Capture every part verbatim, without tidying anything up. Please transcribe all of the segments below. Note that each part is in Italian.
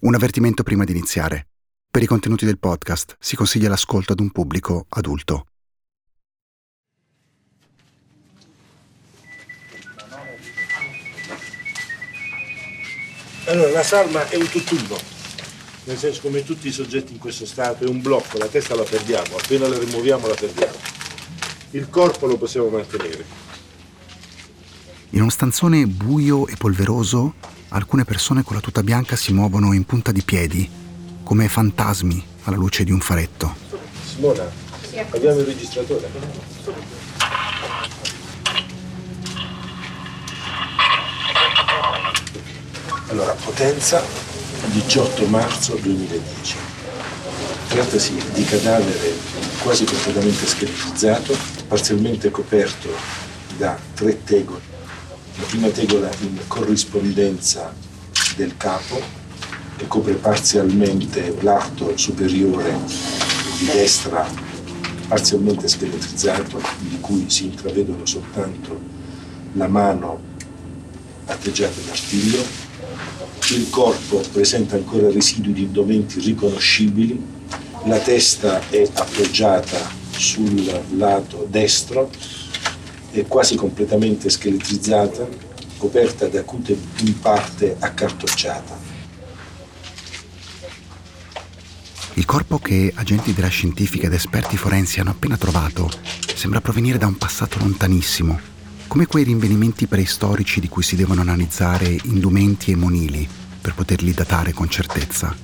Un avvertimento prima di iniziare. Per i contenuti del podcast si consiglia l'ascolto ad un pubblico adulto. Allora, la salma è un tutt'uno, nel senso, come tutti i soggetti in questo stato, è un blocco, la testa la perdiamo, appena la rimuoviamo la perdiamo. Il corpo lo possiamo mantenere. In uno stanzone buio e polveroso, alcune persone con la tuta bianca si muovono in punta di piedi, come fantasmi alla luce di un faretto. Simona, abbiamo il registratore. Allora, Potenza, diciotto marzo duemiladieci. Trattasi di cadavere quasi completamente scheletrizzato, parzialmente coperto da tre tegole. La prima tegola in corrispondenza del capo, che copre parzialmente l'arto superiore di destra, parzialmente scheletrizzato, di cui si intravedono soltanto la mano atteggiata d'artiglio. Il corpo presenta ancora residui di indumenti riconoscibili, la testa è appoggiata sul lato destro, è quasi completamente scheletrizzata, coperta da cute in parte accartocciata. Il corpo che agenti della scientifica ed esperti forensi hanno appena trovato sembra provenire da un passato lontanissimo, come quei rinvenimenti preistorici di cui si devono analizzare indumenti e monili per poterli datare con certezza.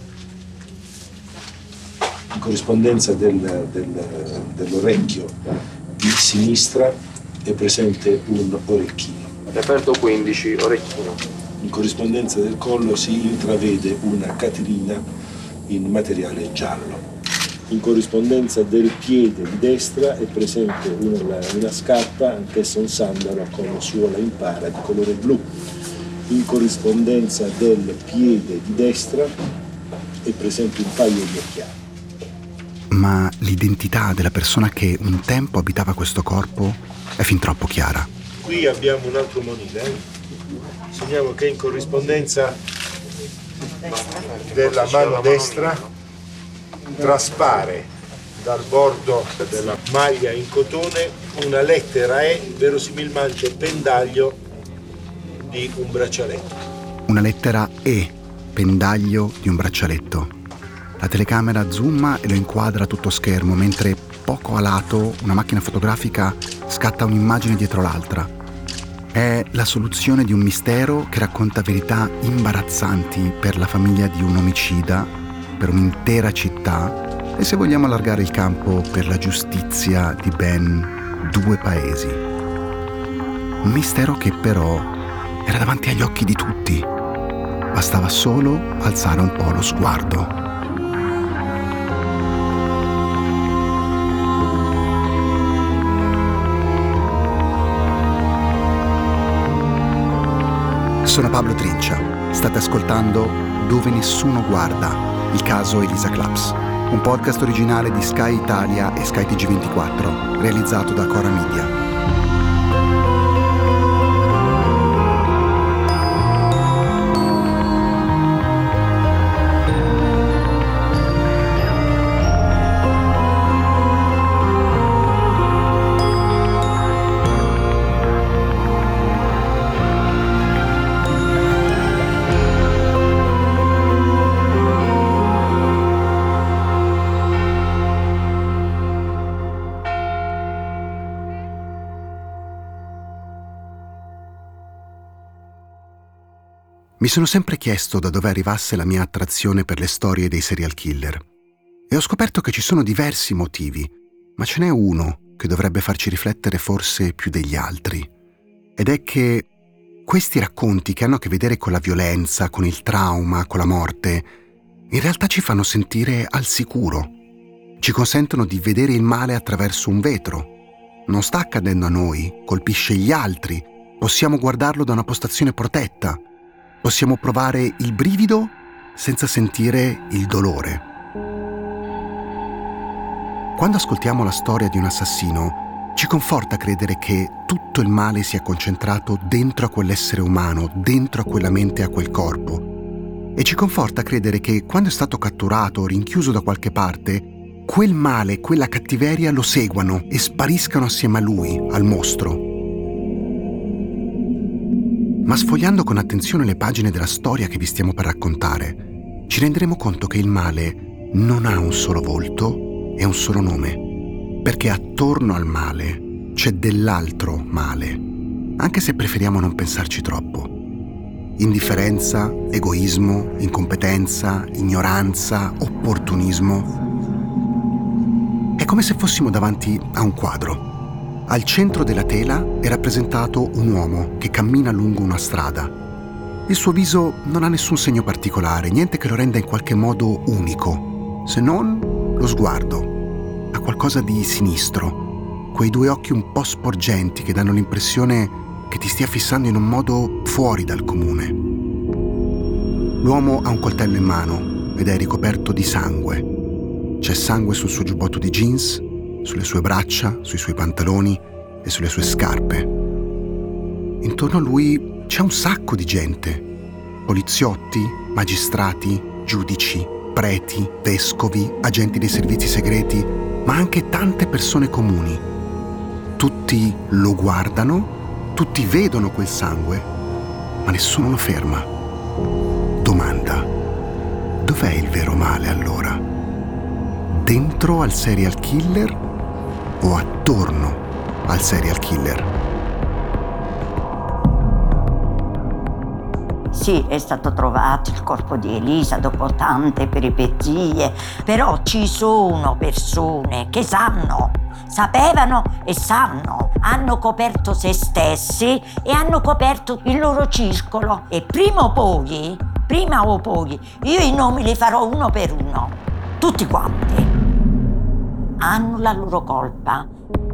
In corrispondenza del, del, dell'orecchio di sinistra è presente un orecchino. Referto quindici, orecchino. In corrispondenza del collo si intravede una catenina in materiale giallo. In corrispondenza del piede di destra è presente una, una scarpa, anch'essa un sandalo con suola in para di colore blu. In corrispondenza del piede di destra è presente un paio di occhiali. Ma l'identità della persona che un tempo abitava questo corpo è fin troppo chiara. Qui abbiamo un altro monile, eh? Segniamo che in corrispondenza della mano destra traspare dal bordo della maglia in cotone una lettera E, verosimilmente pendaglio di un braccialetto. Una lettera E, pendaglio di un braccialetto. La telecamera zooma e lo inquadra a tutto schermo, mentre poco a lato una macchina fotografica scatta un'immagine dietro l'altra. È la soluzione di un mistero che racconta verità imbarazzanti per la famiglia di un omicida, per un'intera città e, se vogliamo allargare il campo, per la giustizia di ben due paesi. Un mistero che però era davanti agli occhi di tutti. Bastava solo alzare un po' lo sguardo. Sono Pablo Trincia, state ascoltando Dove Nessuno Guarda, il caso Elisa Claps, un podcast originale di Sky Italia e Sky T G ventiquattro, realizzato da Cora Media. Mi sono sempre chiesto da dove arrivasse la mia attrazione per le storie dei serial killer e ho scoperto che ci sono diversi motivi, ma ce n'è uno che dovrebbe farci riflettere forse più degli altri, ed è che questi racconti, che hanno a che vedere con la violenza, con il trauma, con la morte, in realtà ci fanno sentire al sicuro, ci consentono di vedere il male attraverso un vetro. Non sta accadendo a noi, colpisce gli altri, possiamo guardarlo da una postazione protetta. Possiamo provare il brivido senza sentire il dolore. Quando ascoltiamo la storia di un assassino, ci conforta credere che tutto il male sia concentrato dentro a quell'essere umano, dentro a quella mente e a quel corpo. E ci conforta credere che quando è stato catturato o rinchiuso da qualche parte, quel male, quella cattiveria lo seguano e spariscano assieme a lui, al mostro. Ma sfogliando con attenzione le pagine della storia che vi stiamo per raccontare, ci renderemo conto che il male non ha un solo volto e un solo nome, perché attorno al male c'è dell'altro male, anche se preferiamo non pensarci troppo. Indifferenza, egoismo, incompetenza, ignoranza, opportunismo. È come se fossimo davanti a un quadro. Al centro della tela è rappresentato un uomo che cammina lungo una strada. Il suo viso non ha nessun segno particolare, niente che lo renda in qualche modo unico, se non lo sguardo. Ha qualcosa di sinistro, quei due occhi un po' sporgenti che danno l'impressione che ti stia fissando in un modo fuori dal comune. L'uomo ha un coltello in mano ed è ricoperto di sangue. C'è sangue sul suo giubbotto di jeans, sulle sue braccia, sui suoi pantaloni e sulle sue scarpe. Intorno a lui c'è un sacco di gente. Poliziotti, magistrati, giudici, preti, vescovi, agenti dei servizi segreti, ma anche tante persone comuni. Tutti lo guardano, tutti vedono quel sangue, ma nessuno lo ferma. Domanda: dov'è il vero male allora? Dentro al serial killer o attorno al serial killer? Sì, è stato trovato il corpo di Elisa dopo tante peripezie, però ci sono persone che sanno, sapevano e sanno, hanno coperto se stessi e hanno coperto il loro circolo. E prima o poi, prima o poi, io i nomi li farò uno per uno, tutti quanti. Hanno la loro colpa.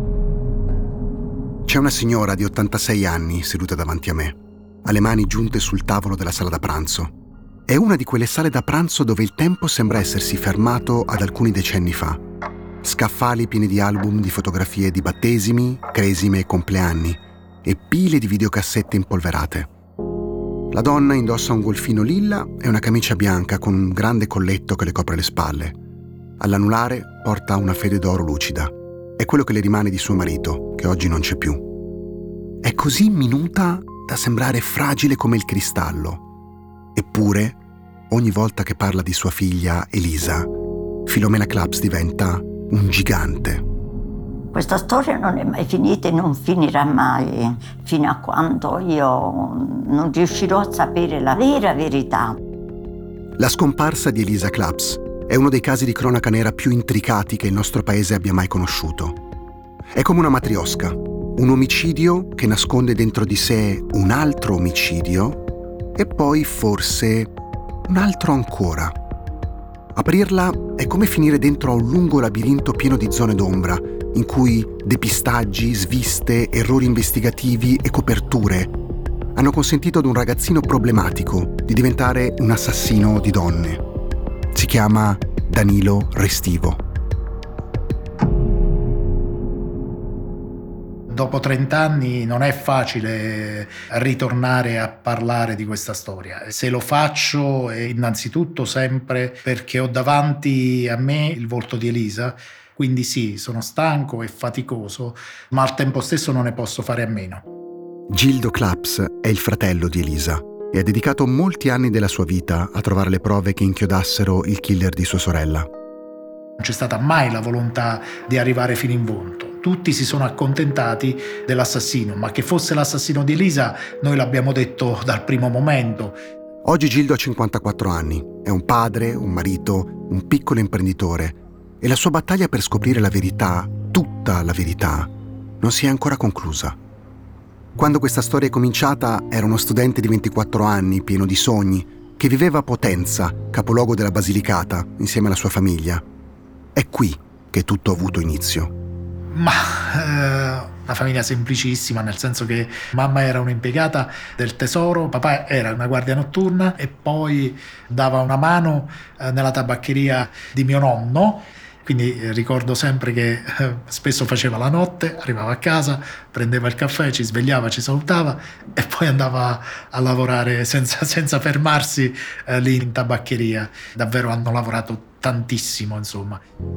C'è una signora di ottantasei anni seduta davanti a me, ha le mani giunte sul tavolo della sala da pranzo. È una di quelle sale da pranzo dove il tempo sembra essersi fermato ad alcuni decenni fa. Scaffali pieni di album di fotografie di battesimi, cresime e compleanni e pile di videocassette impolverate. La donna indossa un golfino lilla e una camicia bianca con un grande colletto che le copre le spalle. All'anulare porta una fede d'oro lucida. È quello che le rimane di suo marito, che oggi non c'è più. È così minuta da sembrare fragile come il cristallo. Eppure, ogni volta che parla di sua figlia Elisa, Philomena Claps diventa un gigante. Questa storia non è mai finita e non finirà mai, fino a quando io non riuscirò a sapere la vera verità. La scomparsa di Elisa Claps è uno dei casi di cronaca nera più intricati che il nostro paese abbia mai conosciuto. È come una matriosca, un omicidio che nasconde dentro di sé un altro omicidio e poi forse un altro ancora. Aprirla è come finire dentro a un lungo labirinto pieno di zone d'ombra, in cui depistaggi, sviste, errori investigativi e coperture hanno consentito ad un ragazzino problematico di diventare un assassino di donne. Si chiama Danilo Restivo. Dopo trent'anni non è facile ritornare a parlare di questa storia. Se lo faccio è innanzitutto sempre perché ho davanti a me il volto di Elisa, quindi sì, sono stanco e faticoso, ma al tempo stesso non ne posso fare a meno. Gildo Claps è il fratello di Elisa e ha dedicato molti anni della sua vita a trovare le prove che inchiodassero il killer di sua sorella. Non c'è stata mai la volontà di arrivare fino in fondo. Tutti si sono accontentati dell'assassino, ma che fosse l'assassino di Elisa noi l'abbiamo detto dal primo momento. Oggi Gildo ha cinquantaquattro anni, è un padre, un marito, un piccolo imprenditore e la sua battaglia per scoprire la verità, tutta la verità, non si è ancora conclusa. Quando questa storia è cominciata era uno studente di ventiquattro anni, pieno di sogni, che viveva a Potenza, capoluogo della Basilicata, insieme alla sua famiglia. È qui che tutto ha avuto inizio. Ma eh, una famiglia semplicissima, nel senso che mamma era un'impiegata del tesoro, papà era una guardia notturna e poi dava una mano eh, nella tabaccheria di mio nonno. quindi eh, ricordo sempre che eh, spesso faceva la notte, arrivava a casa, prendeva il caffè, ci svegliava, ci salutava e poi andava a lavorare senza, senza fermarsi eh, lì in tabaccheria. Davvero hanno lavorato tantissimo, insomma.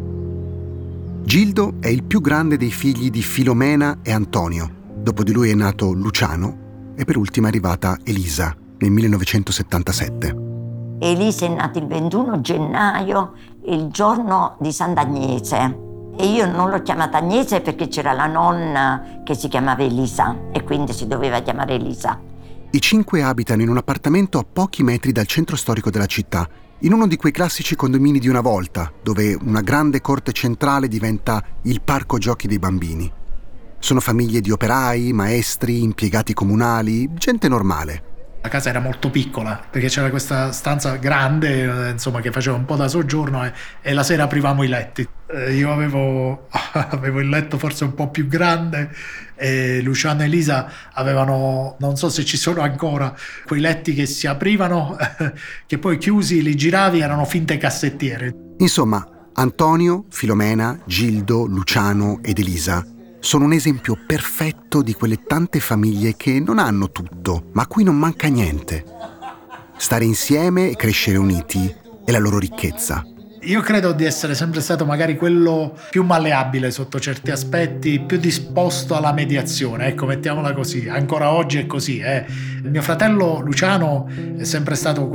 Gildo è il più grande dei figli di Filomena e Antonio. Dopo di lui è nato Luciano e per ultima è arrivata Elisa nel millenovecentosettantasette. Elisa è nata il ventuno gennaio, il giorno di Sant'Agnese. E io non l'ho chiamata Agnese perché c'era la nonna che si chiamava Elisa e quindi si doveva chiamare Elisa. I cinque abitano in un appartamento a pochi metri dal centro storico della città, in uno di quei classici condomini di una volta, dove una grande corte centrale diventa il parco giochi dei bambini. Sono famiglie di operai, maestri, impiegati comunali, gente normale. La casa era molto piccola perché c'era questa stanza grande, insomma, che faceva un po' da soggiorno e, e la sera aprivamo i letti. Eh, io avevo, avevo il letto forse un po' più grande e Luciano e Elisa avevano, non so se ci sono ancora, quei letti che si aprivano, che poi chiusi, li giravi, erano finte cassettiere. Insomma, Antonio, Filomena, Gildo, Luciano ed Elisa sono un esempio perfetto di quelle tante famiglie che non hanno tutto, ma a cui non manca niente. Stare insieme e crescere uniti è la loro ricchezza. Io credo di essere sempre stato magari quello più malleabile sotto certi aspetti, più disposto alla mediazione, ecco, mettiamola così. Ancora oggi è così. Eh. Il mio fratello Luciano è sempre stato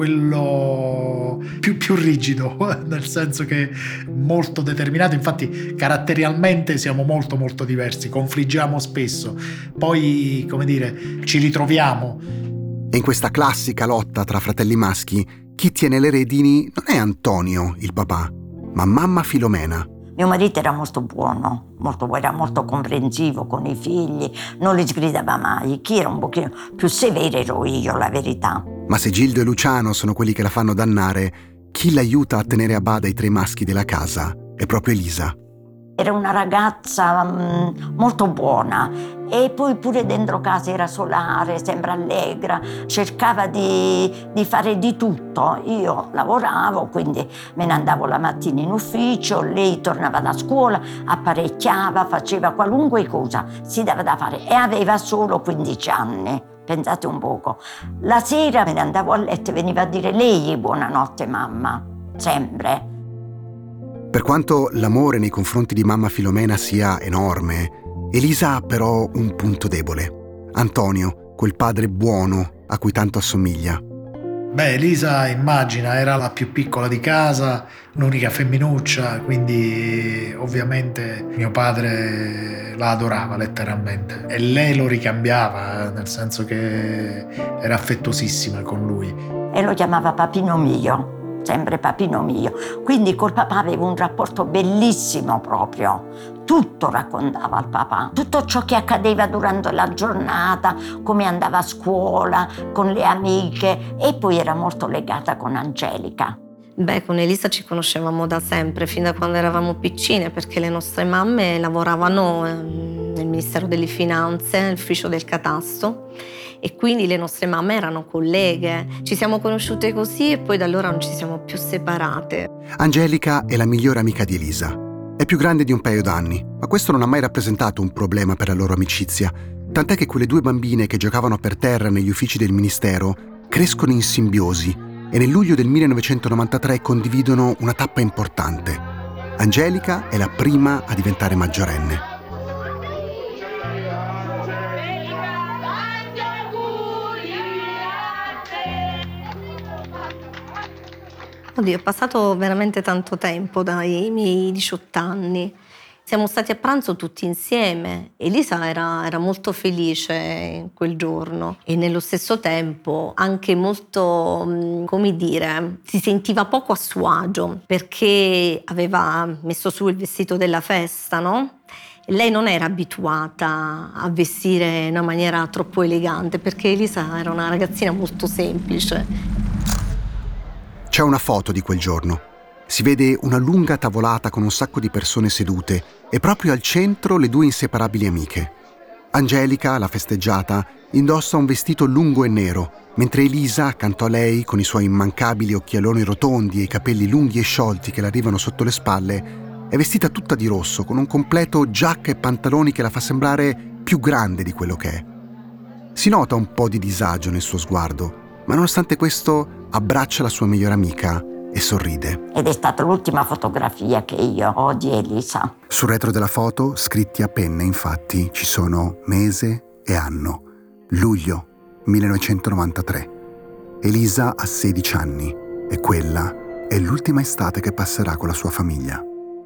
quello più, più rigido, nel senso che molto determinato. Infatti caratterialmente siamo molto molto diversi, confliggiamo spesso. Poi, come dire, ci ritroviamo. E in questa classica lotta tra fratelli maschi, chi tiene le redini non è Antonio, il papà, ma mamma Filomena. Mio marito era molto buono, molto buono, era molto comprensivo con i figli, non li sgridava mai. Chi era un pochino più severo ero io, la verità. Ma se Gildo e Luciano sono quelli che la fanno dannare, chi l'aiuta a tenere a bada i tre maschi della casa è proprio Elisa. Era una ragazza mh, molto buona e poi pure dentro casa era solare, sempre allegra, cercava di, di fare di tutto. Io lavoravo, quindi me ne andavo la mattina in ufficio, lei tornava da scuola, apparecchiava, faceva qualunque cosa, si dava da fare e aveva solo quindici anni. Pensate un poco. La sera me ne andavo a letto e veniva a dire lei buonanotte mamma, sempre. Per quanto l'amore nei confronti di mamma Filomena sia enorme, Elisa ha però un punto debole. Antonio, quel padre buono a cui tanto assomiglia. Beh, Elisa, immagina, era la più piccola di casa, l'unica femminuccia, quindi ovviamente mio padre la adorava letteralmente. E lei lo ricambiava, nel senso che era affettuosissima con lui. E lo chiamava papino mio. Sempre papino mio, quindi col papà avevo un rapporto bellissimo proprio, tutto raccontava al papà, tutto ciò che accadeva durante la giornata, come andava a scuola, con le amiche e poi era molto legata con Angelica. Beh, con Elisa ci conoscevamo da sempre, fin da quando eravamo piccine, perché le nostre mamme lavoravano nel Ministero delle Finanze, nell'ufficio del catasto, e quindi le nostre mamme erano colleghe. Ci siamo conosciute così e poi da allora non ci siamo più separate. Angelica è la migliore amica di Elisa. È più grande di un paio d'anni, ma questo non ha mai rappresentato un problema per la loro amicizia, tant'è che quelle due bambine che giocavano per terra negli uffici del Ministero crescono in simbiosi e nel luglio del millenovecentonovantatré condividono una tappa importante. Angelica è la prima a diventare maggiorenne. Oddio, è passato veramente tanto tempo dai miei diciotto anni. Siamo stati a pranzo tutti insieme. Elisa era, era molto felice quel giorno e nello stesso tempo anche molto, come dire, si sentiva poco a suo agio perché aveva messo su il vestito della festa, no? E lei non era abituata a vestire in una maniera troppo elegante perché Elisa era una ragazzina molto semplice. C'è una foto di quel giorno. Si vede una lunga tavolata con un sacco di persone sedute e proprio al centro le due inseparabili amiche. Angelica, la festeggiata, indossa un vestito lungo e nero, mentre Elisa, accanto a lei, con i suoi immancabili occhialoni rotondi e i capelli lunghi e sciolti che le arrivano sotto le spalle, È vestita tutta di rosso, con un completo giacca e pantaloni che la fa sembrare più grande di quello che è. Si nota un po' di disagio nel suo sguardo, ma nonostante questo abbraccia la sua migliore amica e sorride. Ed è stata l'ultima fotografia che io ho di Elisa. Sul retro della foto, scritti a penne, infatti, ci sono mese e anno. Luglio millenovecentonovantatré. Elisa ha sedici anni e quella è l'ultima estate che passerà con la sua famiglia.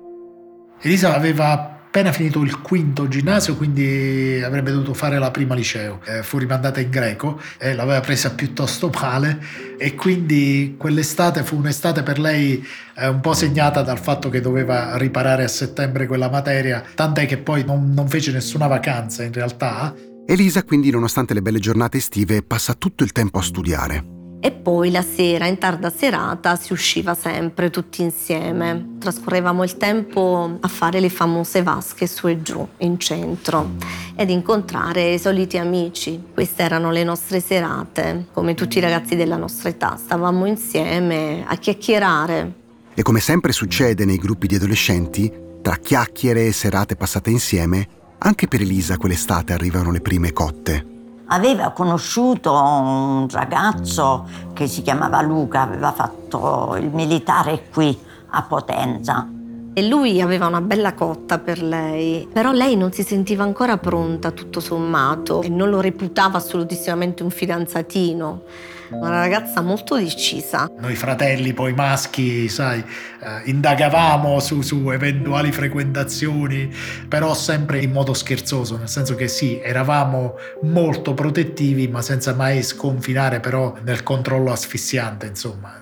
Elisa aveva appena finito il quinto ginnasio, quindi avrebbe dovuto fare la prima liceo. Eh, fu rimandata in greco e l'aveva presa piuttosto male, e quindi quell'estate fu un'estate per lei eh, un po' segnata dal fatto che doveva riparare a settembre quella materia, tant'è che poi non, non fece nessuna vacanza in realtà. Elisa quindi, nonostante le belle giornate estive, passa tutto il tempo a studiare. E poi la sera, in tarda serata, si usciva sempre tutti insieme. Trascorrevamo il tempo a fare le famose vasche su e giù, in centro, ed incontrare i soliti amici. Queste erano le nostre serate, come tutti i ragazzi della nostra età. Stavamo insieme a chiacchierare. E come sempre succede nei gruppi di adolescenti, tra chiacchiere e serate passate insieme, anche per Elisa quell'estate arrivano le prime cotte. Aveva conosciuto un ragazzo che si chiamava Luca, aveva fatto il militare qui a Potenza. E lui aveva una bella cotta per lei, però lei non si sentiva ancora pronta, tutto sommato, e non lo reputava assolutissimamente un fidanzatino. Una ragazza molto decisa. Noi fratelli, poi maschi, sai, eh, indagavamo su, su eventuali frequentazioni, però sempre in modo scherzoso, nel senso che sì, eravamo molto protettivi, ma senza mai sconfinare però nel controllo asfissiante, insomma.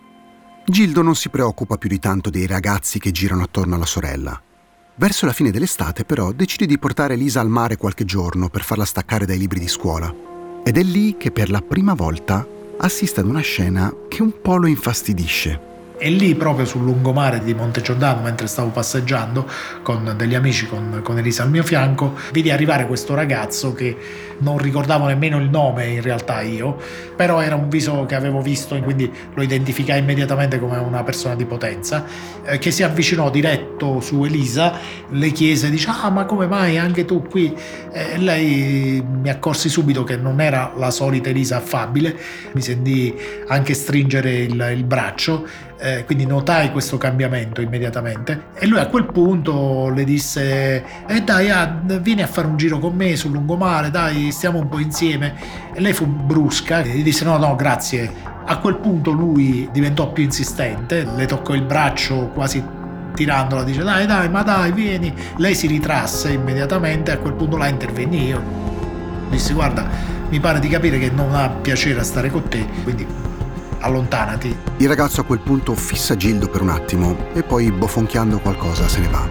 Gildo non si preoccupa più di tanto dei ragazzi che girano attorno alla sorella. Verso la fine dell'estate, però, decide di portare Elisa al mare qualche giorno per farla staccare dai libri di scuola. Ed è lì che per la prima volta assiste ad una scena che un po' lo infastidisce. E lì, proprio sul lungomare di Montegiordano, mentre stavo passeggiando con degli amici, con, con Elisa al mio fianco, vidi arrivare questo ragazzo che non ricordavo nemmeno il nome in realtà io, però era un viso che avevo visto, quindi lo identificai immediatamente come una persona di Potenza, eh, che si avvicinò diretto su Elisa, le chiese, dice: ah, ma come mai anche tu qui? E lei, mi accorsi subito che non era la solita Elisa affabile, mi sentii anche stringere il, il braccio. Eh, quindi notai questo cambiamento immediatamente, e lui a quel punto le disse: eh dai, ah, vieni a fare un giro con me sul lungomare, dai, stiamo un po' insieme. E lei fu brusca e gli disse: no no grazie. A quel punto lui diventò più insistente, le toccò il braccio quasi tirandola, dice: dai dai ma dai vieni. Lei si ritrasse immediatamente, a quel punto là intervenni io, disse: guarda, mi pare di capire che non ha piacere a stare con te, quindi allontanati. Il ragazzo a quel punto fissa Gildo per un attimo e poi, bofonchiando qualcosa, se ne va.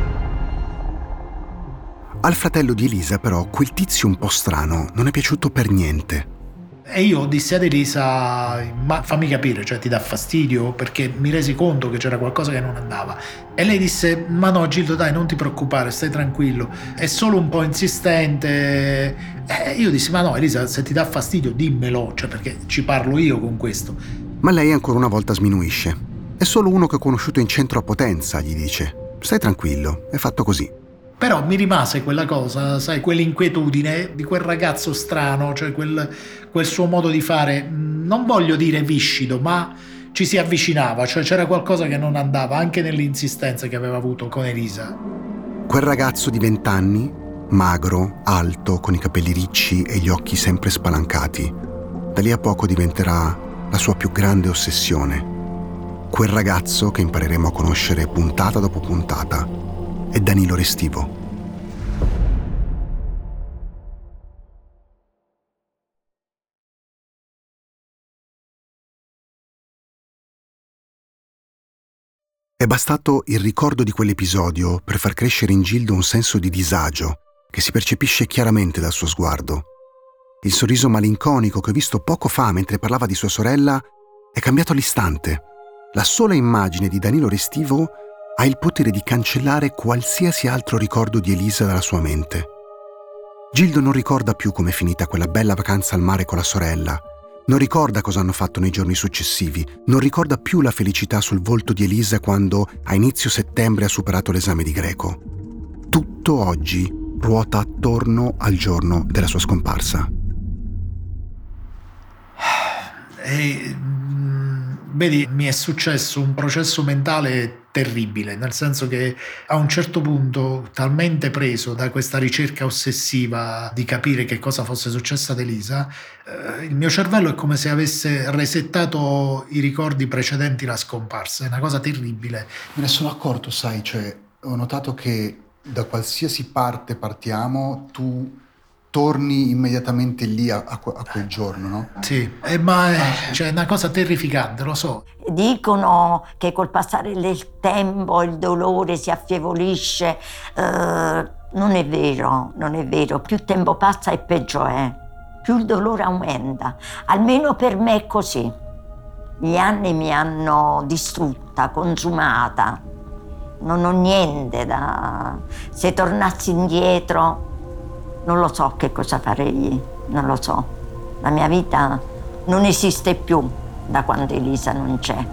Al fratello di Elisa però quel tizio un po' strano non è piaciuto per niente. E io dissi ad Elisa: ma fammi capire, cioè ti dà fastidio? Perché mi resi conto che c'era qualcosa che non andava. E lei disse: ma no Gildo, dai, non ti preoccupare, stai tranquillo, è solo un po' insistente. E io dissi: ma no Elisa, se ti dà fastidio dimmelo, cioè perché ci parlo io con questo. Ma lei ancora una volta sminuisce. È solo uno che ho conosciuto in centro a Potenza, gli dice. Stai tranquillo, è fatto così. Però mi rimase quella cosa, sai, quell'inquietudine di quel ragazzo strano, cioè quel, quel suo modo di fare, non voglio dire viscido, ma ci si avvicinava, cioè c'era qualcosa che non andava, anche nell'insistenza che aveva avuto con Elisa. Quel ragazzo di vent'anni, magro, alto, con i capelli ricci e gli occhi sempre spalancati, da lì a poco diventerà la sua più grande ossessione. Quel ragazzo che impareremo a conoscere puntata dopo puntata è Danilo Restivo. È bastato il ricordo di quell'episodio per far crescere in Gildo un senso di disagio che si percepisce chiaramente dal suo sguardo. Il sorriso malinconico che ho visto poco fa mentre parlava di sua sorella è cambiato all'istante. La sola immagine di Danilo Restivo ha il potere di cancellare qualsiasi altro ricordo di Elisa dalla sua mente. Gildo non ricorda più com'è finita quella bella vacanza al mare con la sorella, Non ricorda cosa hanno fatto nei giorni successivi, non ricorda più la felicità sul volto di Elisa quando a inizio settembre ha superato l'esame di greco. Tutto oggi ruota attorno al giorno della sua scomparsa. E, vedi, mi è successo un processo mentale terribile, nel senso che a un certo punto, talmente preso da questa ricerca ossessiva di capire che cosa fosse successo ad Elisa, eh, il mio cervello è come se avesse resettato i ricordi precedenti la scomparsa. È una cosa terribile. Me ne sono accorto, sai, cioè ho notato che da qualsiasi parte partiamo tu torni immediatamente lì a, a, a quel giorno, no? Sì, eh, ma è, cioè, è una cosa terrificante, lo so. Dicono che col passare del tempo il dolore si affievolisce. Uh, non è vero, non è vero. Più tempo passa e peggio è. Più il dolore aumenta. Almeno per me è così. Gli anni mi hanno distrutta, consumata. Non ho niente da... Se tornassi indietro... Non lo so che cosa farei, non lo so. La mia vita non esiste più da quando Elisa non c'è.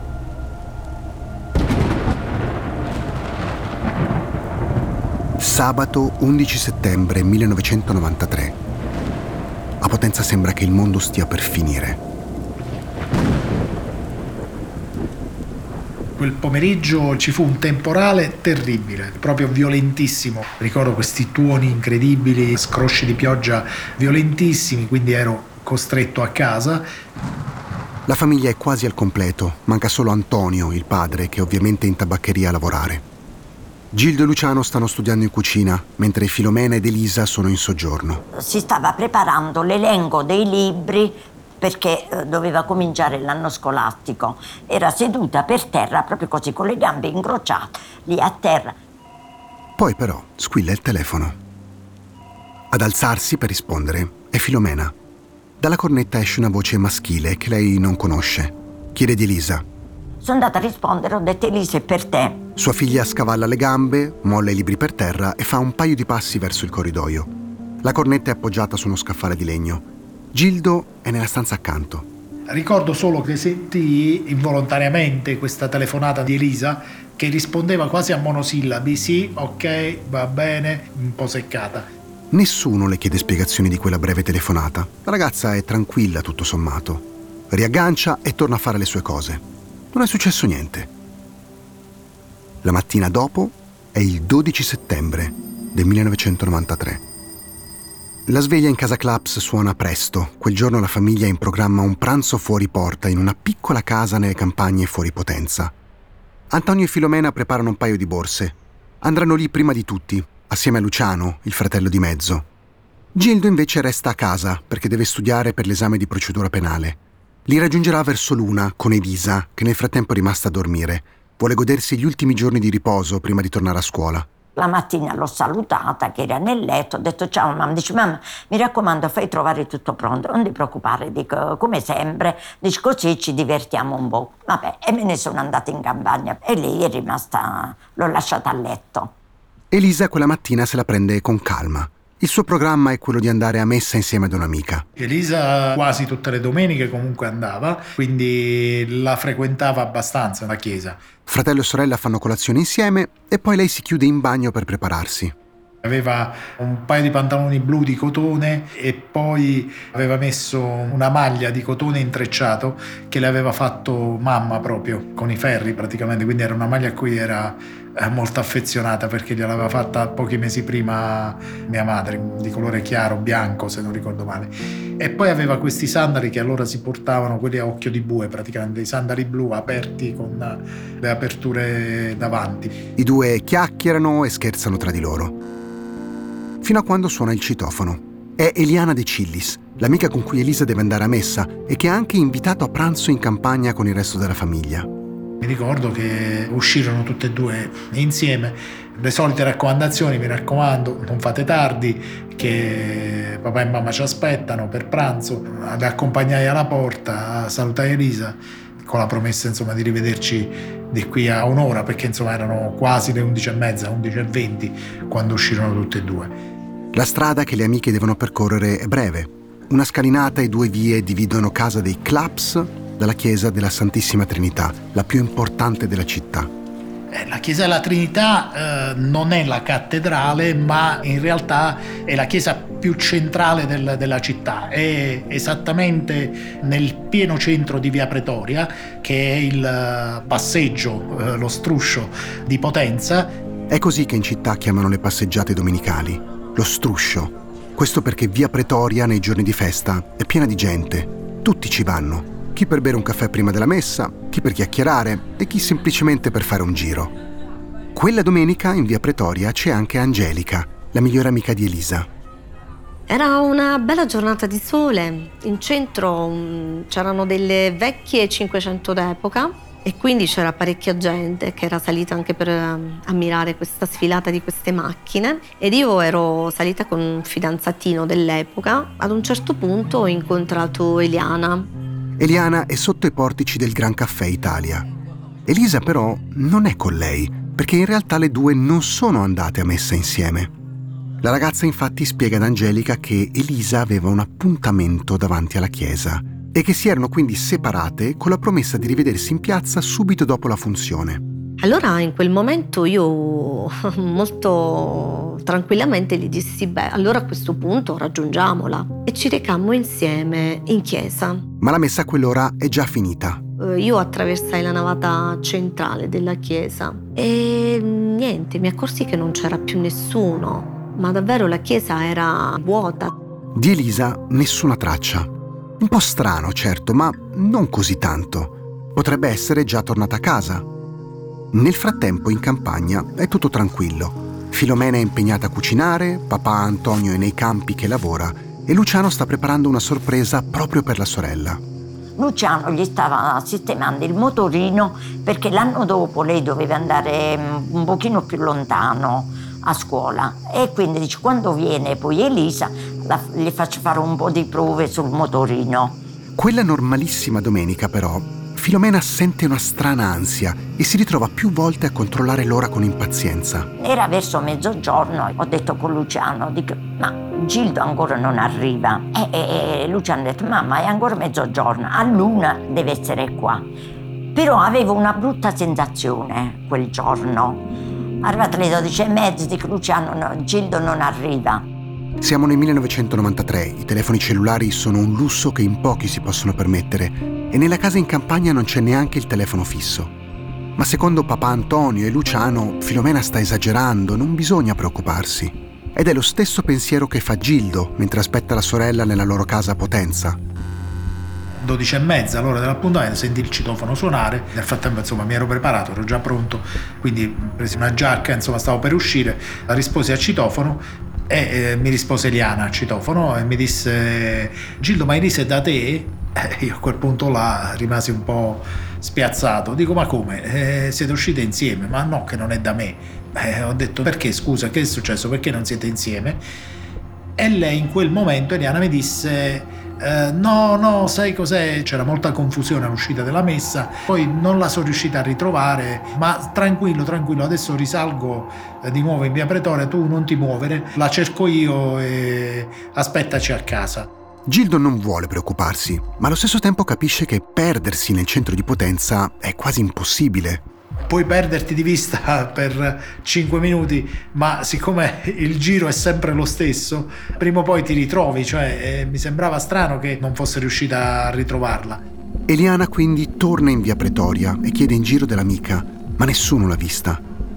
Sabato undici settembre millenovecentonovantatré. A Potenza sembra che il mondo stia per finire. Quel pomeriggio ci fu un temporale terribile, proprio violentissimo. Ricordo questi tuoni incredibili, scrosci di pioggia violentissimi, quindi ero costretto a casa. La famiglia è quasi al completo, manca solo Antonio, il padre, che ovviamente è in tabaccheria a lavorare. Gildo e Luciano stanno studiando in cucina, mentre Filomena ed Elisa sono in soggiorno. Si stava preparando l'elenco dei libri perché eh, doveva cominciare l'anno scolastico. Era seduta per terra, proprio così, con le gambe incrociate, lì a terra. Poi però squilla il telefono. Ad alzarsi per rispondere è Filomena. Dalla cornetta esce una voce maschile che lei non conosce. Chiede di Elisa. Sono andata a rispondere, ho detto: Elisa, è per te. Sua figlia scavalla le gambe, molla i libri per terra e fa un paio di passi verso il corridoio. La cornetta è appoggiata su uno scaffale di legno. Gildo è nella stanza accanto. Ricordo solo che sentii involontariamente questa telefonata di Elisa che rispondeva quasi a monosillabi: sì, ok, va bene, un po' seccata. Nessuno le chiede spiegazioni di quella breve telefonata. La ragazza è tranquilla tutto sommato. Riaggancia e torna a fare le sue cose. Non è successo niente. La mattina dopo è il dodici settembre del millenovecentonovantatré. La sveglia in casa Claps suona presto. Quel giorno la famiglia ha in programma un pranzo fuori porta in una piccola casa nelle campagne fuori Potenza. Antonio e Filomena preparano un paio di borse. Andranno lì prima di tutti, assieme a Luciano, il fratello di mezzo. Gildo invece resta a casa perché deve studiare per l'esame di procedura penale. Li raggiungerà verso l'una con Elisa, che nel frattempo è rimasta a dormire. Vuole godersi gli ultimi giorni di riposo prima di tornare a scuola. La mattina l'ho salutata, che era nel letto, ho detto: ciao mamma. Dice: mamma, mi raccomando, fai trovare tutto pronto, non ti preoccupare, dico, come sempre, dice, così ci divertiamo un po'. Vabbè, e me ne sono andata in campagna e lei è rimasta, l'ho lasciata a letto. Elisa quella mattina se la prende con calma. Il suo programma è quello di andare a messa insieme ad un'amica. Elisa quasi tutte le domeniche comunque andava, quindi la frequentava abbastanza la chiesa. Fratello e sorella fanno colazione insieme e poi lei si chiude in bagno per prepararsi. Aveva un paio di pantaloni blu di cotone e poi aveva messo una maglia di cotone intrecciato che le aveva fatto mamma proprio, con i ferri praticamente, quindi era una maglia a cui era molto affezionata perché gliel'aveva fatta pochi mesi prima mia madre, di colore chiaro, bianco se non ricordo male. E poi aveva questi sandali che allora si portavano, quelli a occhio di bue praticamente, i sandali blu aperti con le aperture davanti. I due chiacchierano e scherzano tra di loro. Fino a quando suona il citofono. È Eliana De Cillis, l'amica con cui Elisa deve andare a messa e che ha anche invitato a pranzo in campagna con il resto della famiglia. Mi ricordo che uscirono tutte e due insieme, le solite raccomandazioni: mi raccomando, non fate tardi, che papà e mamma ci aspettano per pranzo. Le accompagnai alla porta, salutai Elisa con la promessa insomma di rivederci di qui a un'ora, perché insomma erano quasi le undici e mezza, undici e venti quando uscirono tutte e due. La strada che le amiche devono percorrere è breve, Una scalinata e due vie dividono casa dei Claps dalla chiesa della Santissima Trinità, la più importante della città. La chiesa della Trinità eh, non è la cattedrale, ma in realtà è la chiesa più centrale del, della città. È esattamente nel pieno centro di Via Pretoria, che è il passeggio, eh, lo struscio di Potenza. È così che in città chiamano le passeggiate domenicali, lo struscio. Questo perché Via Pretoria nei giorni di festa è piena di gente. Tutti ci vanno. Chi per bere un caffè prima della messa, chi per chiacchierare e chi semplicemente per fare un giro. Quella domenica in Via Pretoria c'è anche Angelica, la migliore amica di Elisa. Era una bella giornata di sole. In centro um, c'erano delle vecchie cinquecento d'epoca e quindi c'era parecchia gente che era salita anche per um, ammirare questa sfilata di queste macchine. Ed io ero salita con un fidanzatino dell'epoca. Ad un certo punto ho incontrato Eliana. Eliana è sotto i portici del Gran Caffè Italia. Elisa però non è con lei, perché in realtà le due non sono andate a messa insieme. La ragazza infatti spiega ad Angelica che Elisa aveva un appuntamento davanti alla chiesa e che si erano quindi separate con la promessa di rivedersi in piazza subito dopo la funzione. Allora in quel momento io molto tranquillamente gli dissi beh, allora a questo punto raggiungiamola e ci recammo insieme in chiesa. Ma la messa a quell'ora è già finita. Io attraversai la navata centrale della chiesa e niente, mi accorsi che non c'era più nessuno, ma davvero la chiesa era vuota. Di Elisa nessuna traccia. Un po' strano, certo, ma non così tanto. Potrebbe essere già tornata a casa. Nel frattempo in campagna è tutto tranquillo. Filomena è impegnata a cucinare, papà Antonio è nei campi che lavora e Luciano sta preparando una sorpresa proprio per la sorella. Luciano gli stava sistemando il motorino perché l'anno dopo lei doveva andare un pochino più lontano a scuola e quindi dice quando viene poi Elisa la, gli faccio fare un po' di prove sul motorino. Quella normalissima domenica però Filomena sente una strana ansia e si ritrova più volte a controllare l'ora con impazienza. Era verso mezzogiorno, ho detto con Luciano, dico, ma Gildo ancora non arriva. E, e, e Luciano ha detto, mamma è ancora mezzogiorno, a luna deve essere qua. Però avevo una brutta sensazione quel giorno. Arrivate alle dodici e mezza, dico Luciano, no, Gildo non arriva. Siamo nel millenovecentonovantatré, i telefoni cellulari sono un lusso che in pochi si possono permettere e nella casa in campagna non c'è neanche il telefono fisso. Ma secondo papà Antonio e Luciano, Filomena sta esagerando, non bisogna preoccuparsi. Ed è lo stesso pensiero che fa Gildo mentre aspetta la sorella nella loro casa a Potenza. dodici e mezza, l'ora dell'appuntamento, sentì il citofono suonare. Nel frattempo insomma mi ero preparato, ero già pronto, quindi presi una giacca, insomma stavo per uscire, risposi al citofono e eh, mi rispose Eliana al citofono e mi disse Gildo, ma Elisa è da te? Eh, io a quel punto là rimasi un po' spiazzato, dico ma come? Eh, siete uscite insieme? Ma no, che non è da me. Eh, ho detto perché, scusa, che è successo? Perché non siete insieme? E lei in quel momento, Eliana, mi disse Uh, no, no, sai cos'è? C'era molta confusione all'uscita della messa, poi non la sono riuscita a ritrovare, ma tranquillo, tranquillo, adesso risalgo uh, di nuovo in Via Pretoria, tu non ti muovere, la cerco io e aspettaci a casa. Gildo non vuole preoccuparsi, ma allo stesso tempo capisce che perdersi nel centro di Potenza è quasi impossibile. Puoi perderti di vista per cinque minuti, ma siccome il giro è sempre lo stesso, prima o poi ti ritrovi, cioè eh, mi sembrava strano che non fosse riuscita a ritrovarla. Eliana quindi torna in Via Pretoria e chiede in giro dell'amica, ma nessuno l'ha vista.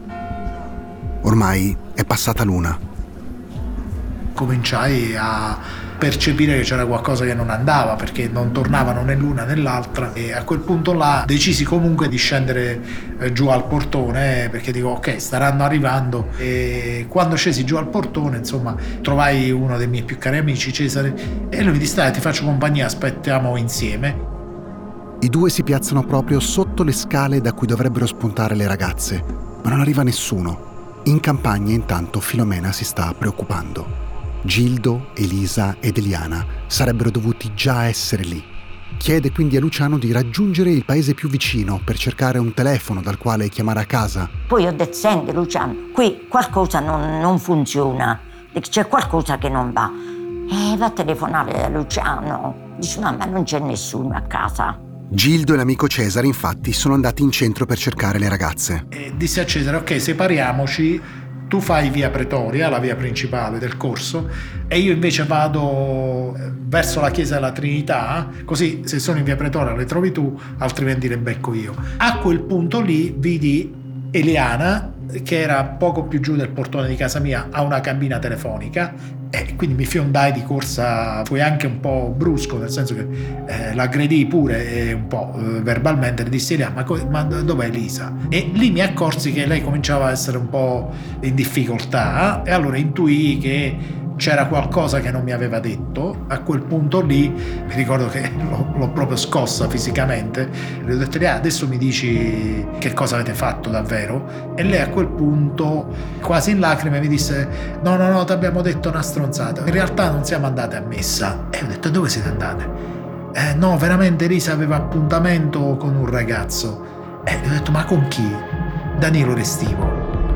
Ormai è passata l'una. Cominciai a percepire che c'era qualcosa che non andava perché non tornavano né l'una né l'altra e a quel punto là decisi comunque di scendere eh, giù al portone perché dico ok, staranno arrivando. E quando scesi giù al portone insomma trovai uno dei miei più cari amici, Cesare, e lui mi disse dai, ti faccio compagnia, aspettiamo insieme. I due si piazzano proprio sotto le scale da cui dovrebbero spuntare le ragazze, ma non arriva nessuno. In campagna intanto Filomena si sta preoccupando. Gildo, Elisa ed Eliana sarebbero dovuti già essere lì. Chiede quindi a Luciano di raggiungere il paese più vicino per cercare un telefono dal quale chiamare a casa. Poi ho detto, senti Luciano, qui qualcosa non, non funziona, c'è qualcosa che non va. Eh, va a telefonare a Luciano. Dice, mamma, non c'è nessuno a casa. Gildo e l'amico Cesare, infatti, sono andati in centro per cercare le ragazze. E disse a Cesare, ok, separiamoci, tu fai via Pretoria, la via principale del corso, e io invece vado verso la chiesa della Trinità, così se sono in via Pretoria le trovi tu, altrimenti le becco io. A quel punto lì vidi Eliana, che era poco più giù del portone di casa mia, a una cabina telefonica, e quindi mi fiondai di corsa. Fui anche un po' brusco, nel senso che eh, l'aggredii pure eh, un po' eh, verbalmente, le dissi ma, co- ma dov'è Elisa? E lì mi accorsi che lei cominciava a essere un po' in difficoltà, eh? E allora intuii che c'era qualcosa che non mi aveva detto. A quel punto lì mi ricordo che l'ho, l'ho proprio scossa fisicamente, le ho detto adesso mi dici che cosa avete fatto davvero, e lei a quel punto quasi in lacrime mi disse no no no ti abbiamo detto una stronzata, in realtà non siamo andate a messa. E ho detto dove siete andate? Eh, no veramente Elisa aveva appuntamento con un ragazzo. E ho detto ma con chi? Danilo Restivo.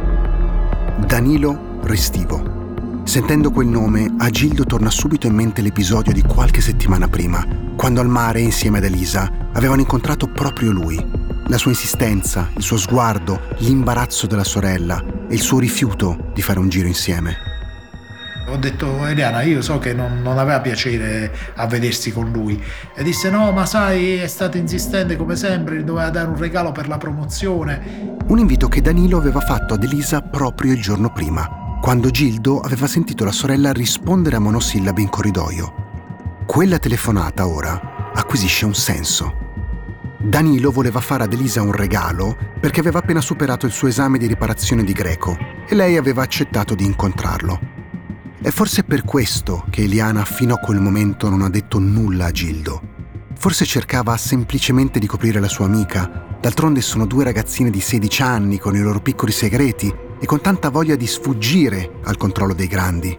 Danilo Restivo. Sentendo quel nome, a Gildo torna subito in mente l'episodio di qualche settimana prima, quando al mare, insieme ad Elisa, avevano incontrato proprio lui. La sua insistenza, il suo sguardo, l'imbarazzo della sorella e il suo rifiuto di fare un giro insieme. Ho detto Eliana, io so che non, non aveva piacere a vedersi con lui, e disse no ma sai è stato insistente come sempre, gli doveva dare un regalo per la promozione. Un invito che Danilo aveva fatto ad Elisa proprio il giorno prima, quando Gildo aveva sentito la sorella rispondere a monosillabi in corridoio. Quella telefonata ora acquisisce un senso. Danilo voleva fare ad Elisa un regalo perché aveva appena superato il suo esame di riparazione di greco e lei aveva accettato di incontrarlo. È forse per questo che Eliana fino a quel momento non ha detto nulla a Gildo. Forse cercava semplicemente di coprire la sua amica. D'altronde sono due ragazzine di sedici anni con i loro piccoli segreti e con tanta voglia di sfuggire al controllo dei grandi.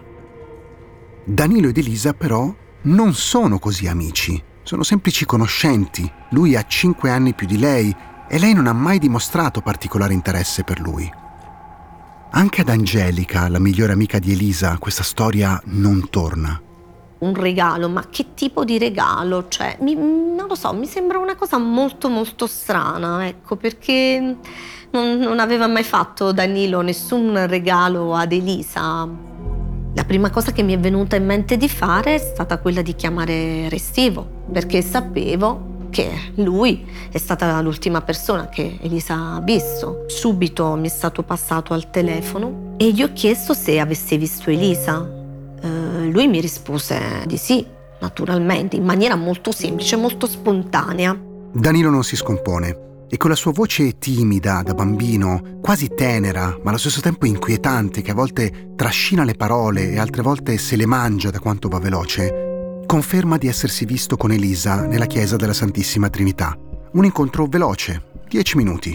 Danilo ed Elisa però non sono così amici, sono semplici conoscenti. Lui ha cinque anni più di lei e lei non ha mai dimostrato particolare interesse per lui. Anche ad Angelica, la migliore amica di Elisa, questa storia non torna. Un regalo, ma che tipo di regalo? Cioè, mi, non lo so, mi sembra una cosa molto molto strana, ecco, perché non, non aveva mai fatto Danilo nessun regalo ad Elisa. La prima cosa che mi è venuta in mente di fare è stata quella di chiamare Restivo, perché sapevo che lui è stata l'ultima persona che Elisa ha visto. Subito mi è stato passato al telefono e gli ho chiesto se avesse visto Elisa. Uh, lui mi rispose di sì, naturalmente, in maniera molto semplice, molto spontanea. Danilo non si scompone e con la sua voce timida da bambino, quasi tenera, ma allo stesso tempo inquietante, che a volte trascina le parole e altre volte se le mangia da quanto va veloce, conferma di essersi visto con Elisa nella chiesa della Santissima Trinità. Un incontro veloce, dieci minuti.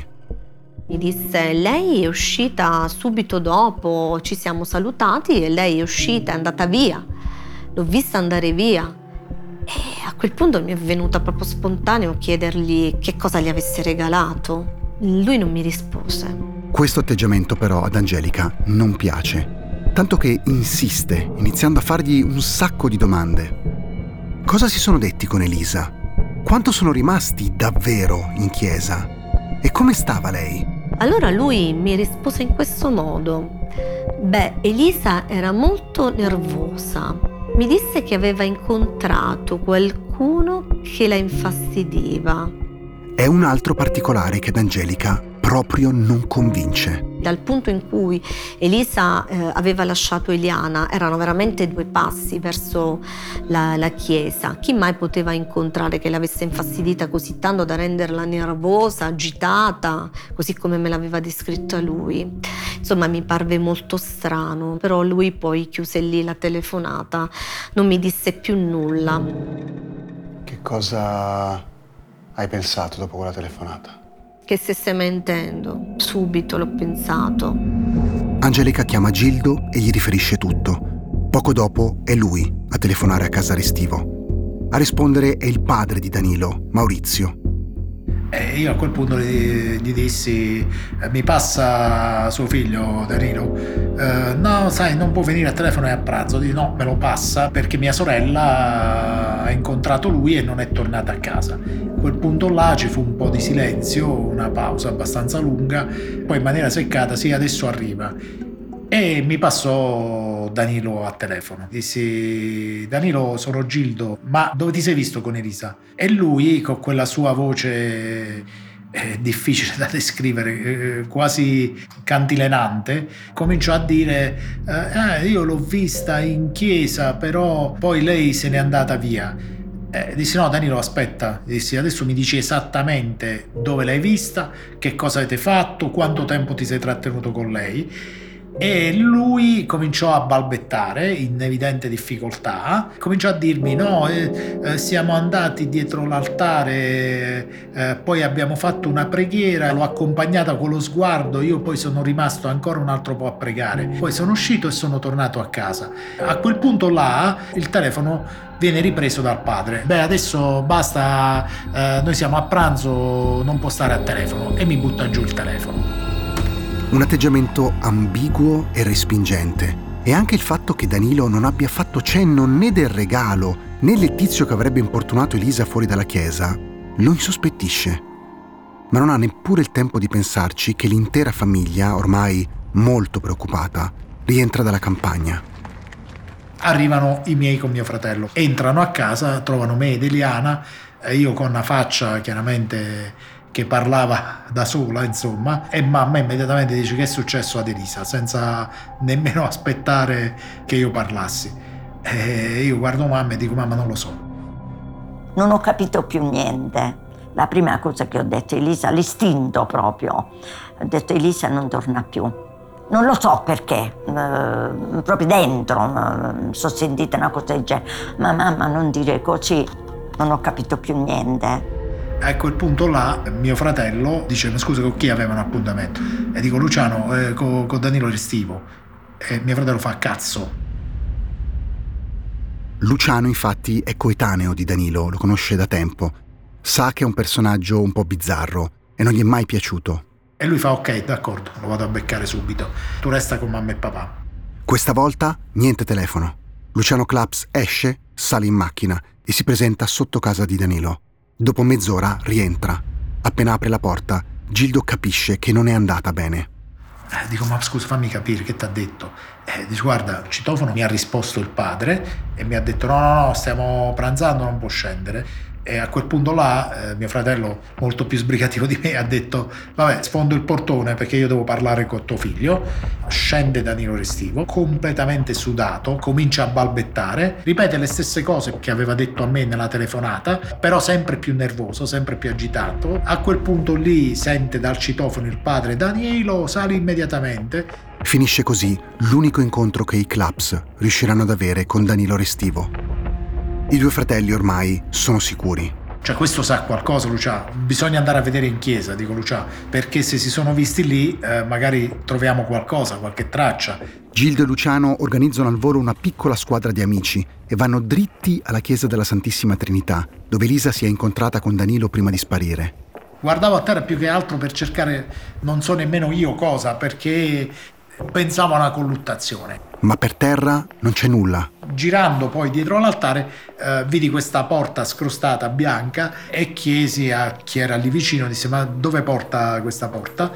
Mi disse, lei è uscita subito dopo, ci siamo salutati e lei è uscita, è andata via. L'ho vista andare via. E a quel punto mi è venuta proprio spontaneo chiedergli che cosa gli avesse regalato. Lui non mi rispose. Questo atteggiamento però ad Angelica non piace, tanto che insiste, iniziando a fargli un sacco di domande. Cosa si sono detti con Elisa? Quanto sono rimasti davvero in chiesa? E come stava lei? Allora lui mi rispose in questo modo. Beh, Elisa era molto nervosa. Mi disse che aveva incontrato qualcuno che la infastidiva. È un altro particolare che ad Angelica proprio non convince. Dal punto in cui Elisa eh, aveva lasciato Eliana, erano veramente due passi verso la, la chiesa. Chi mai poteva incontrare che l'avesse infastidita così tanto da renderla nervosa, agitata, così come me l'aveva descritta lui? Insomma, mi parve molto strano, però lui poi chiuse lì la telefonata, non mi disse più nulla. Che cosa hai pensato dopo quella telefonata? Che stesse mentendo, subito l'ho pensato. Angelica chiama Gildo e gli riferisce tutto. Poco dopo è lui a telefonare a casa Restivo. A rispondere è il padre di Danilo, Maurizio. E io a quel punto gli, gli dissi: mi passa suo figlio Danilo? Eh, no, sai, non può venire a telefono e a pranzo. Dico: no, me lo passa perché mia sorella ha incontrato lui e non è tornata a casa. A quel punto là ci fu un po' di silenzio, una pausa abbastanza lunga, poi in maniera seccata: sì, adesso arriva. E mi passò Danilo a telefono. Dissi: Danilo, sono Gildo, ma dove ti sei visto con Elisa? E lui, con quella sua voce eh, difficile da descrivere, eh, quasi cantilenante, cominciò a dire: eh, io l'ho vista in chiesa, però poi lei se n'è andata via. Eh, dissi: no, Danilo, aspetta. Dissi: adesso mi dici esattamente dove l'hai vista, che cosa avete fatto, quanto tempo ti sei trattenuto con lei. E lui cominciò a balbettare in evidente difficoltà, cominciò a dirmi: no, eh, eh, siamo andati dietro l'altare, eh, poi abbiamo fatto una preghiera, l'ho accompagnata con lo sguardo, io poi sono rimasto ancora un altro po' a pregare, poi sono uscito e sono tornato a casa. A quel punto là il telefono viene ripreso dal padre. Beh, adesso basta, eh, noi siamo a pranzo, non può stare al telefono, e mi butta giù il telefono. Un atteggiamento ambiguo e respingente, e anche il fatto che Danilo non abbia fatto cenno né del regalo né del tizio che avrebbe importunato Elisa fuori dalla chiesa lo insospettisce. Ma non ha neppure il tempo di pensarci che l'intera famiglia, ormai molto preoccupata, rientra dalla campagna. Arrivano i miei con mio fratello, entrano a casa, trovano me ed Eliana, e io con una faccia chiaramente che parlava da sola, insomma, e mamma immediatamente dice: che è successo ad Elisa, senza nemmeno aspettare che io parlassi. E io guardo mamma e dico: mamma, non lo so. Non ho capito più niente. La prima cosa che ho detto: Elisa, l'istinto proprio. Ho detto: Elisa non torna più. Non lo so perché, eh, proprio dentro, eh, sono sentita una cosa del genere. Ma mamma, non dire così, non ho capito più niente. A quel punto là mio fratello dice: ma scusa, con chi aveva un appuntamento? E dico: Luciano, eh, con, con Danilo Restivo. E mio fratello fa: cazzo. Luciano infatti è coetaneo di Danilo, lo conosce da tempo, sa che è un personaggio un po' bizzarro e non gli è mai piaciuto. E lui fa: ok, d'accordo, lo vado a beccare subito, tu resta con mamma e papà. Questa volta niente telefono. Luciano Claps esce, sale in macchina e si presenta sotto casa di Danilo. Dopo mezz'ora rientra. Appena apre la porta, Gildo capisce che non è andata bene. Eh, dico: ma scusa, fammi capire, che t'ha detto? Eh, dice: guarda, al citofono mi ha risposto il padre e mi ha detto: no, no, no, stiamo pranzando, non può scendere. E a quel punto là eh, mio fratello, molto più sbrigativo di me, ha detto: vabbè, sfondo il portone perché io devo parlare con tuo figlio. Scende Danilo Restivo, completamente sudato, comincia a balbettare, ripete le stesse cose che aveva detto a me nella telefonata, però sempre più nervoso, sempre più agitato. A quel punto lì sente dal citofono il padre: Danilo, sali immediatamente. Finisce così l'unico incontro che i Claps riusciranno ad avere con Danilo Restivo. I due fratelli ormai sono sicuri. Cioè, questo sa qualcosa, Lucia. Bisogna andare a vedere in chiesa, dico Lucia, perché se si sono visti lì eh, magari troviamo qualcosa, qualche traccia. Gildo e Luciano organizzano al volo una piccola squadra di amici e vanno dritti alla chiesa della Santissima Trinità, dove Elisa si è incontrata con Danilo prima di sparire. Guardavo a terra più che altro per cercare, non so nemmeno io cosa, perché pensavo a una colluttazione. Ma per terra non c'è nulla. Girando poi dietro l'altare eh, vidi questa porta scrostata bianca e chiesi a chi era lì vicino, disse: ma dove porta questa porta?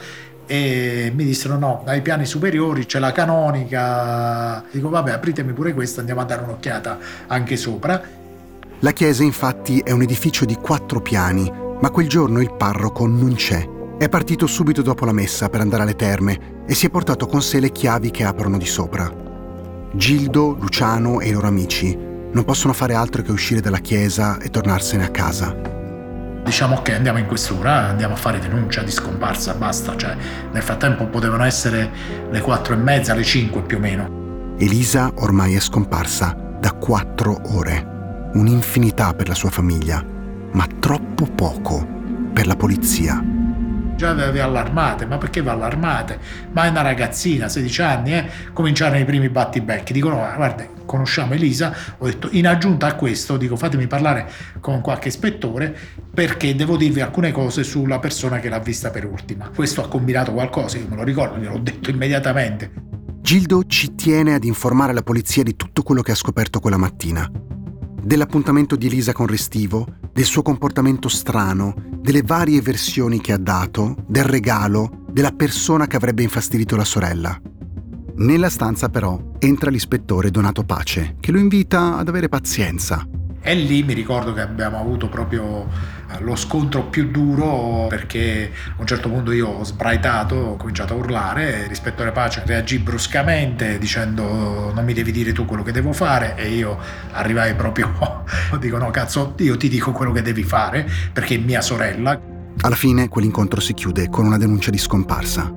E mi dissero: no, ai piani superiori c'è la canonica. Dico: vabbè, apritemi pure questa, andiamo a dare un'occhiata anche sopra. La chiesa infatti è un edificio di quattro piani, ma quel giorno il parroco non c'è. È partito subito dopo la messa per andare alle terme e si è portato con sé le chiavi che aprono di sopra. Gildo, Luciano e i loro amici non possono fare altro che uscire dalla chiesa e tornarsene a casa. Diciamo: ok, andiamo in questura, andiamo a fare denuncia di scomparsa, basta. Cioè, nel frattempo potevano essere le quattro e mezza, le cinque più o meno. Elisa ormai è scomparsa da quattro ore. Un'infinità per la sua famiglia, ma troppo poco per la polizia. Già vi allarmate, ma perché vi allarmate? Ma è una ragazzina, sedici anni, eh? Cominciarono i primi battibecchi. Dico: no, guarda, conosciamo Elisa. Ho detto: in aggiunta a questo, dico, fatemi parlare con qualche ispettore. perché devo dirvi alcune cose sulla persona che l'ha vista per ultima. Questo ha combinato qualcosa, io me lo ricordo, gliel'ho detto immediatamente. Gildo ci tiene ad informare la polizia di tutto quello che ha scoperto quella mattina. Dell'appuntamento di Elisa con Restivo, del suo comportamento strano, delle varie versioni che ha dato, del regalo, della persona che avrebbe infastidito la sorella. Nella stanza però entra l'ispettore Donato Pace, che lo invita ad avere pazienza. E lì mi ricordo che abbiamo avuto proprio lo scontro più duro, perché a un certo punto io ho sbraitato, ho cominciato a urlare, l'ispettore Pace reagì bruscamente dicendo non mi devi dire tu quello che devo fare, e io arrivai proprio, dico no cazzo, io ti dico quello che devi fare perché è mia sorella. Alla fine quell'incontro si chiude con una denuncia di scomparsa.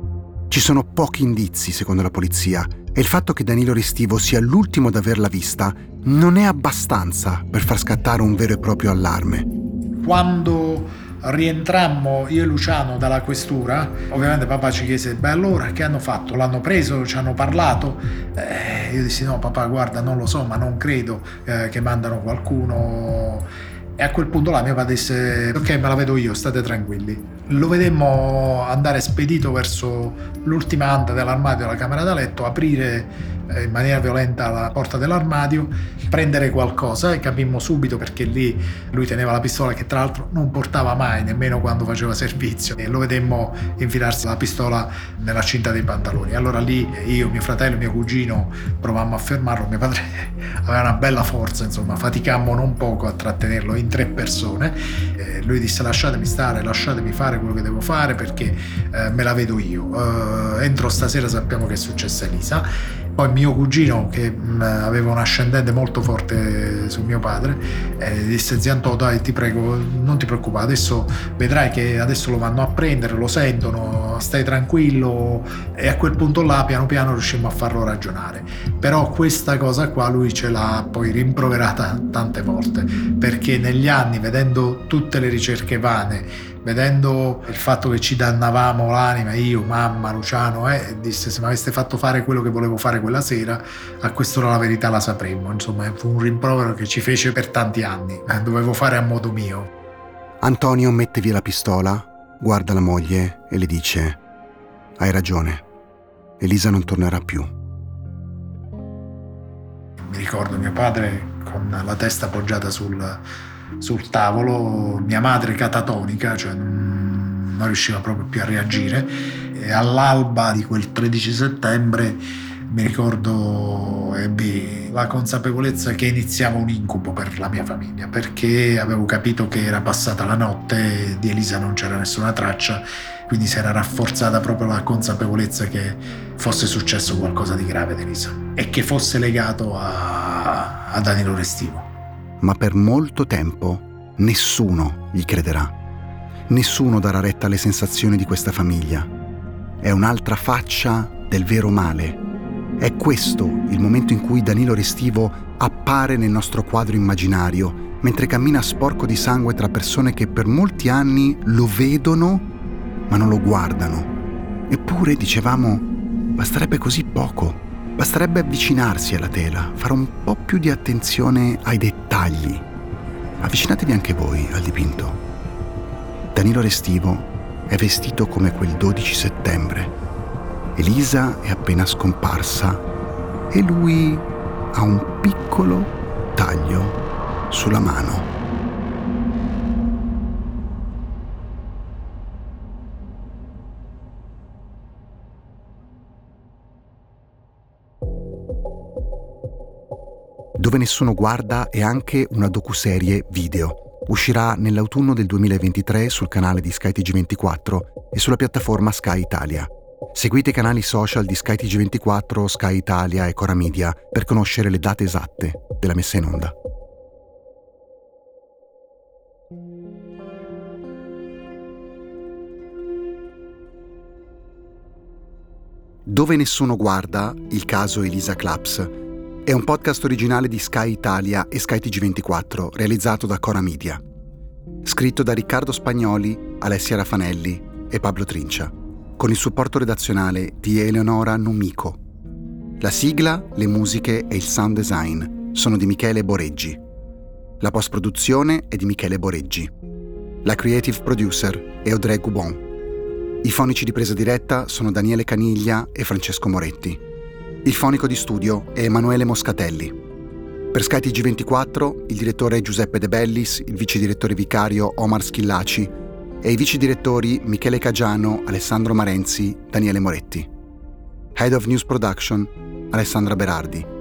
Ci sono pochi indizi secondo la polizia e il fatto che Danilo Restivo sia l'ultimo ad averla vista non è abbastanza per far scattare un vero e proprio allarme. Quando rientrammo io e Luciano dalla questura, ovviamente papà ci chiese beh allora che hanno fatto? L'hanno preso? Ci hanno parlato? Eh, io dissi no papà guarda non lo so ma non credo eh, che mandano qualcuno. E a quel punto là mio padre disse ok me la vedo io, state tranquilli. Lo vedemmo andare spedito verso l'ultima anta dell'armadio della camera da letto, aprire in maniera violenta la porta dell'armadio, prendere qualcosa, e capimmo subito perché lì lui teneva la pistola che tra l'altro non portava mai, nemmeno quando faceva servizio, e lo vedemmo infilarsi la pistola nella cinta dei pantaloni. Allora lì io, mio fratello e mio cugino provammo a fermarlo, mio padre aveva una bella forza, insomma faticammo non poco a trattenerlo in tre persone. Eh, lui disse lasciatemi stare, lasciatemi fare quello che devo fare perché eh, me la vedo io, eh, entro stasera sappiamo che è successa a Elisa. Poi mio cugino, che mh, aveva un ascendente molto forte su mio padre, eh, disse zia Antò dai ti prego non ti preoccupare, adesso vedrai che adesso lo vanno a prendere, lo sentono, stai tranquillo. E a quel punto là piano piano riuscimmo a farlo ragionare. Però questa cosa qua lui ce l'ha poi rimproverata tante volte, perché negli anni, vedendo tutte le ricerche vane, vedendo il fatto che ci dannavamo l'anima, io, mamma, Luciano, eh, disse se mi aveste fatto fare quello che volevo fare quella sera, a quest'ora la verità la sapremmo. Insomma, fu un rimprovero che ci fece per tanti anni, eh, dovevo fare a modo mio. Antonio mette via la pistola, guarda la moglie e le dice hai ragione, Elisa non tornerà più. Mi ricordo mio padre con la testa appoggiata sul sul tavolo, mia madre catatonica, cioè non riusciva proprio più a reagire. E all'alba di quel tredici settembre mi ricordo ebbi la consapevolezza che iniziava un incubo per la mia famiglia, perché avevo capito che era passata la notte, di Elisa non c'era nessuna traccia, quindi si era rafforzata proprio la consapevolezza che fosse successo qualcosa di grave ad Elisa e che fosse legato a, a Danilo Restivo. Ma per molto tempo nessuno gli crederà. Nessuno darà retta alle sensazioni di questa famiglia. È un'altra faccia del vero male. È questo il momento in cui Danilo Restivo appare nel nostro quadro immaginario, mentre cammina sporco di sangue tra persone che per molti anni lo vedono ma non lo guardano. Eppure, dicevamo, basterebbe così poco. Basterebbe avvicinarsi alla tela, fare un po' più di attenzione ai dettagli. Avvicinatevi anche voi al dipinto. Danilo Restivo è vestito come quel dodici settembre. Elisa è appena scomparsa e lui ha un piccolo taglio sulla mano. Dove nessuno guarda è anche una docuserie video. Uscirà nell'autunno del duemilaventitré sul canale di Sky T G ventiquattro e sulla piattaforma Sky Italia. Seguite i canali social di Sky T G ventiquattro, Sky Italia e Cora Media per conoscere le date esatte della messa in onda. Dove nessuno guarda, il caso Elisa Claps, è un podcast originale di Sky Italia e Sky T G ventiquattro, realizzato da Cora Media. Scritto da Riccardo Spagnoli, Alessia Raffanelli e Pablo Trincia, con il supporto redazionale di Eleonora Numico. La sigla, le musiche e il sound design sono di Michele Boreggi. La post-produzione è di Michele Boreggi. La creative producer è Audrey Goubon. I fonici di presa diretta sono Daniele Caniglia e Francesco Moretti. Il fonico di studio è Emanuele Moscatelli. Per Sky T G ventiquattro il direttore è Giuseppe De Bellis, il vice direttore vicario Omar Schillaci e i vice direttori Michele Cagiano, Alessandro Marenzi, Daniele Moretti. Head of News Production Alessandra Berardi.